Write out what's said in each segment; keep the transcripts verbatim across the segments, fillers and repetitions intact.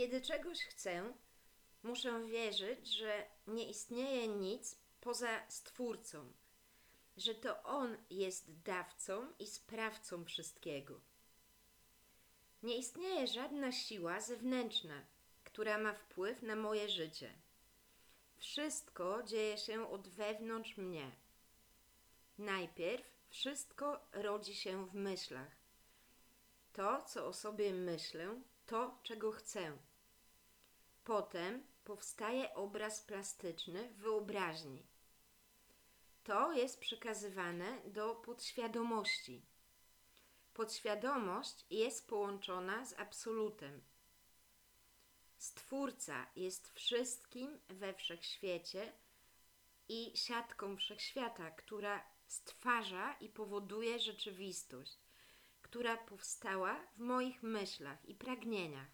Kiedy czegoś chcę, muszę wierzyć, że nie istnieje nic poza Stwórcą, że to On jest dawcą i sprawcą wszystkiego. Nie istnieje żadna siła zewnętrzna, która ma wpływ na moje życie. Wszystko dzieje się od wewnątrz mnie. Najpierw wszystko rodzi się w myślach. To, co o sobie myślę, to, czego chcę. Potem powstaje obraz plastyczny w wyobraźni. To jest przekazywane do podświadomości. Podświadomość jest połączona z absolutem. Stwórca jest wszystkim we wszechświecie i siatką wszechświata, która stwarza i powoduje rzeczywistość, która powstała w moich myślach i pragnieniach.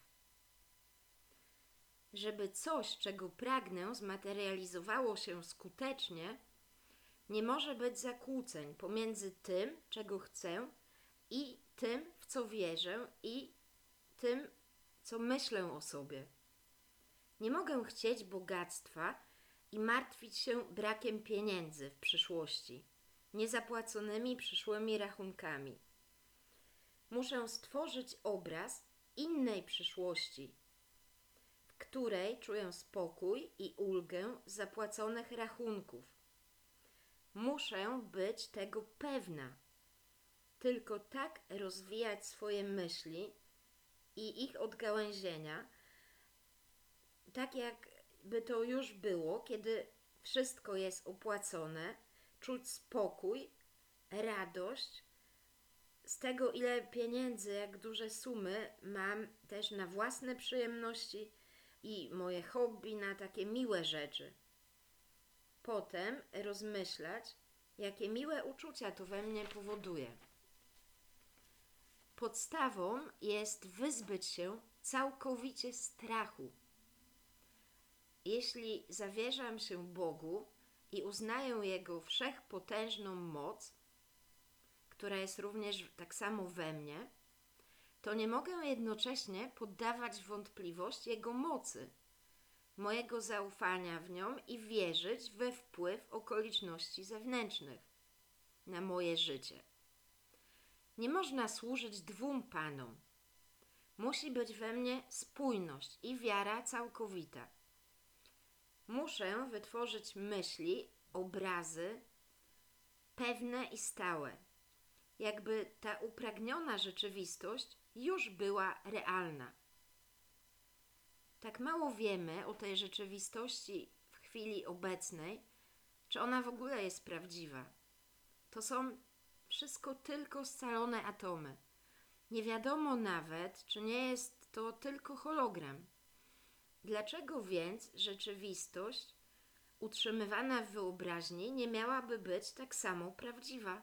Żeby coś, czego pragnę, zmaterializowało się skutecznie, nie może być zakłóceń pomiędzy tym, czego chcę, i tym, w co wierzę, i tym, co myślę o sobie. Nie mogę chcieć bogactwa i martwić się brakiem pieniędzy w przyszłości, niezapłaconymi przyszłymi rachunkami. Muszę stworzyć obraz innej przyszłości, w której czuję spokój i ulgę z zapłaconych rachunków. Muszę być tego pewna. Tylko tak rozwijać swoje myśli i ich odgałęzienia, tak jakby to już było, kiedy wszystko jest opłacone, czuć spokój, radość z tego, ile pieniędzy, jak duże sumy mam też na własne przyjemności i moje hobby, na takie miłe rzeczy. Potem rozmyślać, jakie miłe uczucia to we mnie powoduje. Podstawą jest wyzbyć się całkowicie strachu. Jeśli zawierzam się Bogu i uznaję Jego wszechpotężną moc, która jest również tak samo we mnie, to nie mogę jednocześnie poddawać w wątpliwość Jego mocy, mojego zaufania w nią i wierzyć we wpływ okoliczności zewnętrznych na moje życie. Nie można służyć dwóm panom. Musi być we mnie spójność i wiara całkowita. Muszę wytworzyć myśli, obrazy pewne i stałe, jakby ta upragniona rzeczywistość już była realna. Tak mało wiemy o tej rzeczywistości w chwili obecnej, czy ona w ogóle jest prawdziwa. To są wszystko tylko scalone atomy. Nie wiadomo nawet, czy nie jest to tylko hologram. Dlaczego więc rzeczywistość utrzymywana w wyobraźni nie miałaby być tak samo prawdziwa?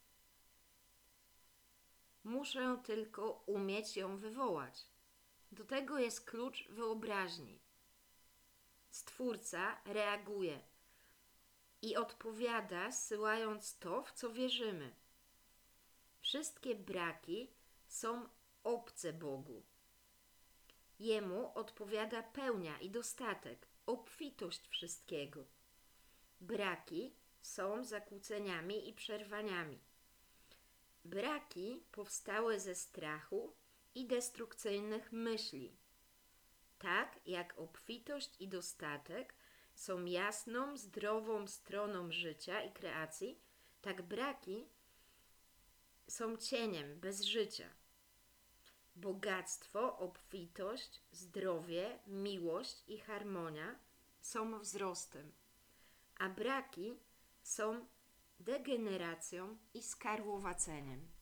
Muszę tylko umieć ją wywołać. Do tego jest klucz wyobraźni. Stwórca reaguje i odpowiada, zsyłając to, w co wierzymy. Wszystkie braki są obce Bogu. Jemu odpowiada pełnia i dostatek, obfitość wszystkiego. Braki są zakłóceniami i przerwaniami. Braki powstały ze strachu i destrukcyjnych myśli. Tak jak obfitość i dostatek są jasną, zdrową stroną życia i kreacji, tak braki są cieniem bez życia. Bogactwo, obfitość, zdrowie, miłość i harmonia są wzrostem, a braki są degeneracją i skarłowaceniem.